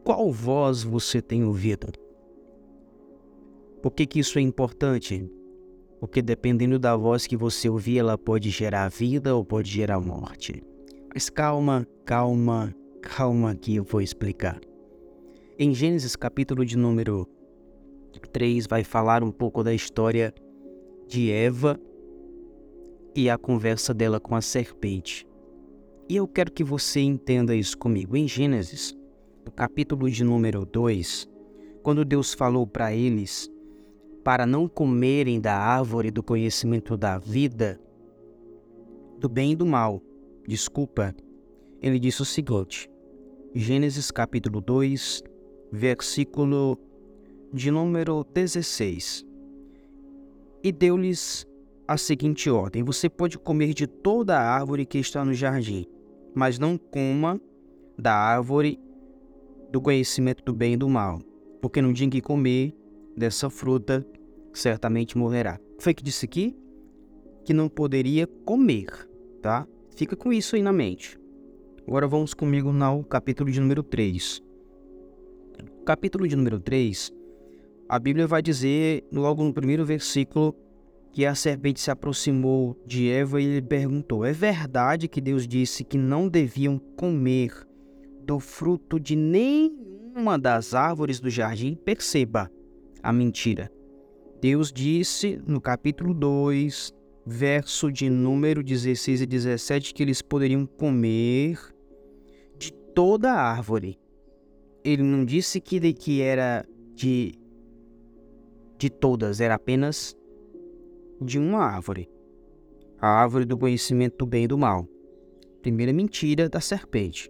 Qual voz você tem ouvido? Por que isso é importante? Porque dependendo da voz que você ouvir, ela pode gerar vida ou pode gerar morte. Mas calma que eu vou explicar. Em Gênesis capítulo de número 3 vai falar um pouco da história de Eva e a conversa dela com a serpente. E eu quero que você entenda isso comigo. Em Gênesis, no capítulo de número 2, quando Deus falou para eles para não comerem da árvore do conhecimento da vida, do bem e do mal, ele disse o seguinte, Gênesis capítulo 2, versículo de número 16. E deu-lhes a seguinte ordem: você pode comer de toda a árvore que está no jardim, mas não coma da árvore do conhecimento do bem e do mal, porque no dia em que comer dessa fruta, certamente morrerá. Foi que disse aqui que não poderia comer, tá? Fica com isso aí na mente. Agora vamos comigo no capítulo de número 3. Capítulo de número 3, a Bíblia vai dizer, logo no primeiro versículo, que a serpente se aproximou de Eva e lhe perguntou: é verdade que Deus disse que não deviam comer do fruto de nenhuma das árvores do jardim? Perceba a mentira. Deus disse no capítulo 2, verso de número 16 e 17, que eles poderiam comer de toda a árvore. Ele não disse que era de todas, era apenas de uma árvore. A árvore do conhecimento do bem e do mal. Primeira mentira da serpente.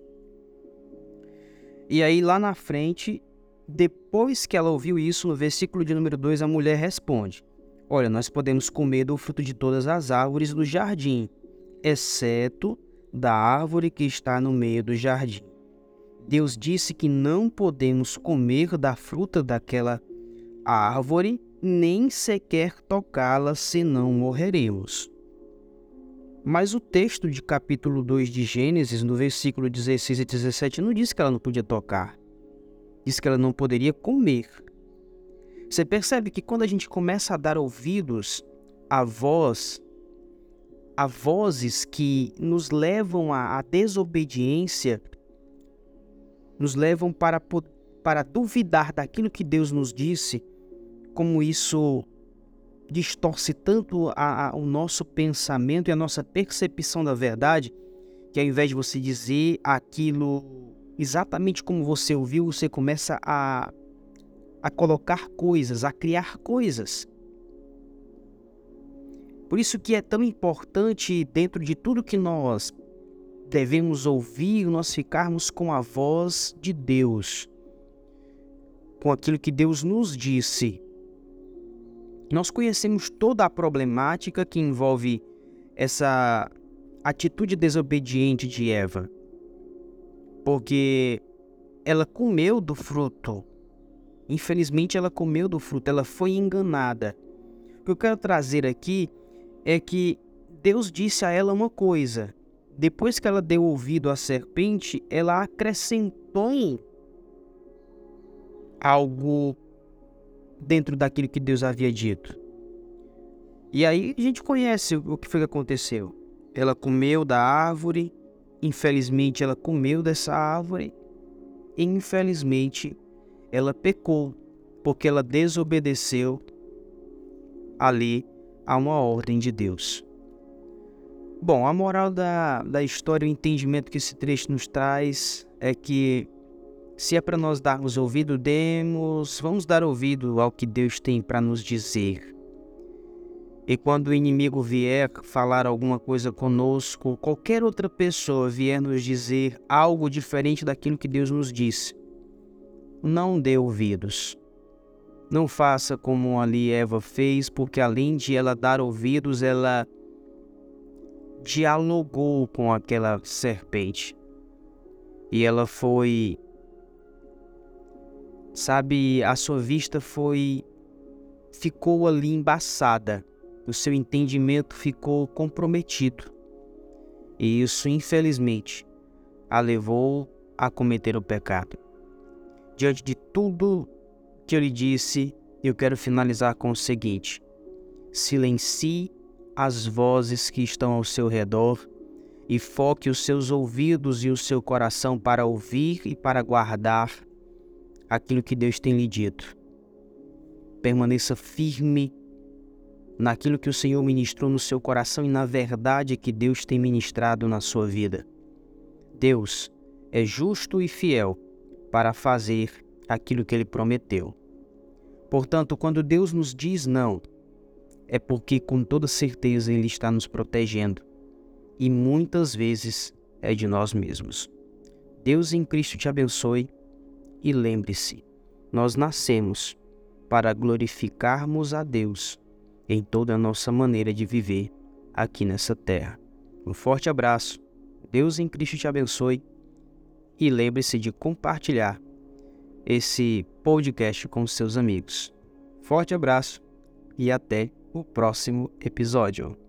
E aí lá na frente, depois que ela ouviu isso, no versículo de número 2, a mulher responde: olha, nós podemos comer do fruto de todas as árvores do jardim, exceto da árvore que está no meio do jardim. Deus disse que não podemos comer da fruta daquela árvore, nem sequer tocá-la, senão morreremos. Mas o texto de capítulo 2 de Gênesis, no versículo 16 e 17, não diz que ela não podia tocar. Diz que ela não poderia comer. Você percebe que quando a gente começa a dar ouvidos a vozes que nos levam à desobediência, nos levam para duvidar daquilo que Deus nos disse, como isso distorce tanto o nosso pensamento e a nossa percepção da verdade, que ao invés de você dizer aquilo exatamente como você ouviu, você começa a colocar coisas, a criar coisas. Por isso que é tão importante, dentro de tudo que nós devemos ouvir, nós ficarmos com a voz de Deus, com aquilo que Deus nos disse. Nós conhecemos toda a problemática que envolve essa atitude desobediente de Eva, porque ela comeu do fruto. Infelizmente, ela comeu do fruto, ela foi enganada. O que eu quero trazer aqui é que Deus disse a ela uma coisa. Depois que ela deu ouvido à serpente, ela acrescentou algo dentro daquilo que Deus havia dito. E aí a gente conhece o que foi que aconteceu. Ela comeu da árvore, infelizmente ela comeu dessa árvore, e infelizmente ela pecou, porque ela desobedeceu ali a uma ordem de Deus. Bom, a moral da história, o entendimento que esse trecho nos traz é que se é para nós darmos ouvido, vamos dar ouvido ao que Deus tem para nos dizer. E quando o inimigo vier falar alguma coisa conosco, qualquer outra pessoa vier nos dizer algo diferente daquilo que Deus nos disse, não dê ouvidos. Não faça como ali Eva fez, porque além de ela dar ouvidos, ela dialogou com aquela serpente. E ela foi, a sua vista ficou ali embaçada. O seu entendimento ficou comprometido. E isso, infelizmente, a levou a cometer o pecado. Diante de tudo que eu lhe disse, eu quero finalizar com o seguinte: silencie as vozes que estão ao seu redor e foque os seus ouvidos e o seu coração para ouvir e para guardar aquilo que Deus tem lhe dito. Permaneça firme naquilo que o Senhor ministrou no seu coração e na verdade que Deus tem ministrado na sua vida. Deus é justo e fiel para fazer aquilo que Ele prometeu. Portanto, quando Deus nos diz não, é porque com toda certeza Ele está nos protegendo e muitas vezes é de nós mesmos. Deus em Cristo te abençoe e lembre-se, nós nascemos para glorificarmos a Deus em toda a nossa maneira de viver aqui nessa terra. Um forte abraço, Deus em Cristo te abençoe e lembre-se de compartilhar esse podcast com seus amigos. Forte abraço e até o próximo episódio.